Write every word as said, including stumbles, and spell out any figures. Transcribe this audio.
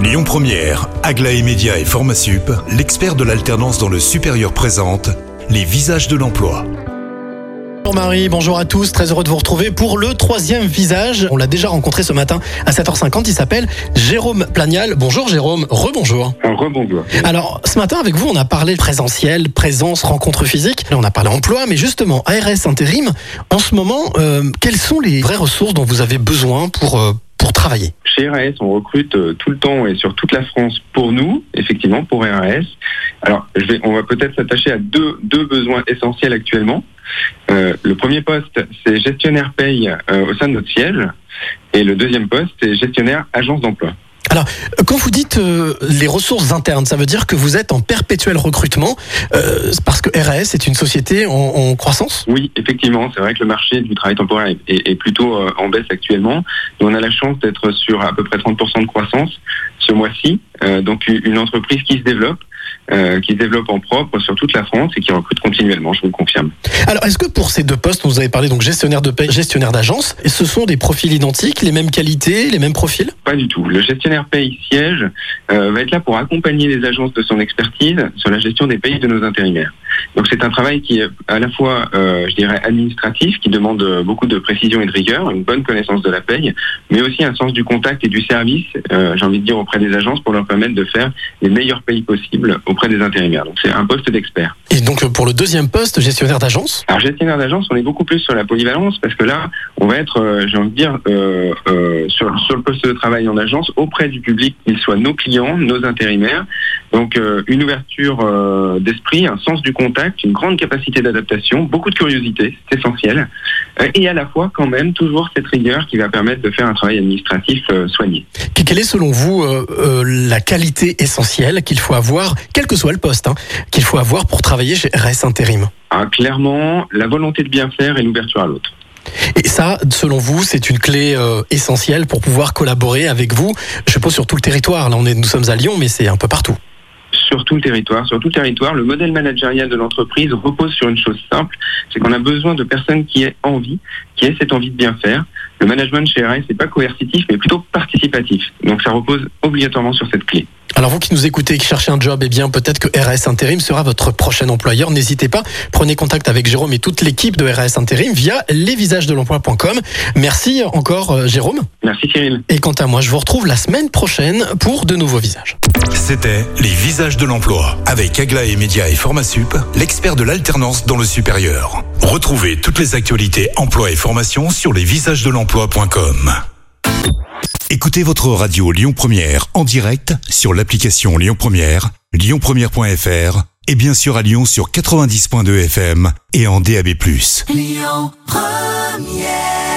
Lyon Première, Aglaé Média et Formasup, l'expert de l'alternance dans le supérieur présente les visages de l'emploi. Bonjour Marie, bonjour à tous, très heureux de vous retrouver pour le troisième visage. On l'a déjà rencontré ce matin à sept heures cinquante, il s'appelle Jérôme Plagnal. Bonjour Jérôme, rebonjour. Rebonjour. Alors ce matin avec vous on a parlé présentiel, présence, rencontre physique, on a parlé emploi, mais justement A R S Intérim, en ce moment, euh, quelles sont les vraies ressources dont vous avez besoin pour, euh, pour travailler ? Chez R A S, on recrute tout le temps et sur toute la France pour nous, effectivement, pour R A S. Alors, je vais, on va peut-être s'attacher à deux, deux besoins essentiels actuellement. Euh, le premier poste, c'est gestionnaire paye euh, au sein de notre siège. Et le deuxième poste, c'est gestionnaire agence d'emploi. Alors, quand vous dites euh, les ressources internes, ça veut dire que vous êtes en perpétuel recrutement euh, parce que R A S est une société en, en croissance ? Oui, effectivement, c'est vrai que le marché du travail temporaire est, est, est plutôt euh, en baisse actuellement. Nous, on a la chance d'être sur à peu près trente pour cent de croissance ce mois-ci. Euh, donc, une entreprise qui se développe, euh, qui se développe en propre sur toute la France et qui recrute continuellement, je vous le confirme. Alors, est-ce que pour ces deux postes, vous avez parlé donc gestionnaire de paye, gestionnaire d'agence, et ce sont des profils identiques, les mêmes qualités, les mêmes profils ? Pas du tout. Le gestionnaire paye siège euh, va être là pour accompagner les agences de son expertise sur la gestion des payes de nos intérimaires. Donc c'est un travail qui est à la fois, euh, je dirais, administratif, qui demande beaucoup de précision et de rigueur, une bonne connaissance de la paye, mais aussi un sens du contact et du service, euh, j'ai envie de dire, auprès des agences pour leur permettre de faire les meilleures payes possibles auprès des intérimaires. Donc c'est un poste d'expert. Et donc pour le deuxième poste, gestionnaire d'agence ? Alors gestionnaire d'agence, on est beaucoup plus sur la polyvalence parce que là, on va être, euh, j'ai envie de dire, euh, euh, sur, sur le poste de travail en agence auprès du public, qu'ils soient nos clients, nos intérimaires. Donc euh, une ouverture euh, d'esprit, un sens du contact, une grande capacité d'adaptation, beaucoup de curiosité, c'est essentiel. Euh, et à la fois quand même toujours cette rigueur qui va permettre de faire un travail administratif euh, soigné. Quelle est selon vous euh, euh, la qualité essentielle qu'il faut avoir, quel que soit le poste, hein, qu'il faut avoir pour travailler chez R A S Intérim ? Ah, clairement, la volonté de bien faire et l'ouverture à l'autre. Et ça, selon vous, c'est une clé euh, essentielle pour pouvoir collaborer avec vous, je suppose sur tout le territoire. Là, on est, nous sommes à Lyon, mais c'est un peu partout. Sur tout le territoire, sur tout le territoire, le modèle managérial de l'entreprise repose sur une chose simple, c'est qu'on a besoin de personnes qui aient envie, qui aient cette envie de bien faire. Le management chez R A S n'est pas coercitif, mais plutôt participatif. Donc ça repose obligatoirement sur cette clé. Alors vous qui nous écoutez, qui cherchez un job, eh bien peut-être que R A S Intérim sera votre prochain employeur. N'hésitez pas, prenez contact avec Jérôme et toute l'équipe de R A S Intérim via les visages de l'emploi point com. Merci encore Jérôme. Merci Cyril. Et quant à moi, je vous retrouve la semaine prochaine pour de nouveaux visages. C'était les visages de l'emploi avec Aglaé Média et Formasup, l'expert de l'alternance dans le supérieur. Retrouvez toutes les actualités emploi et formation sur les visages de l'emploi point com. Écoutez votre radio Lyon Première en direct sur l'application Lyon Première, lyon première point f r et bien sûr à Lyon sur quatre-vingt-dix point deux F M et en D A B plus. Lyon Première.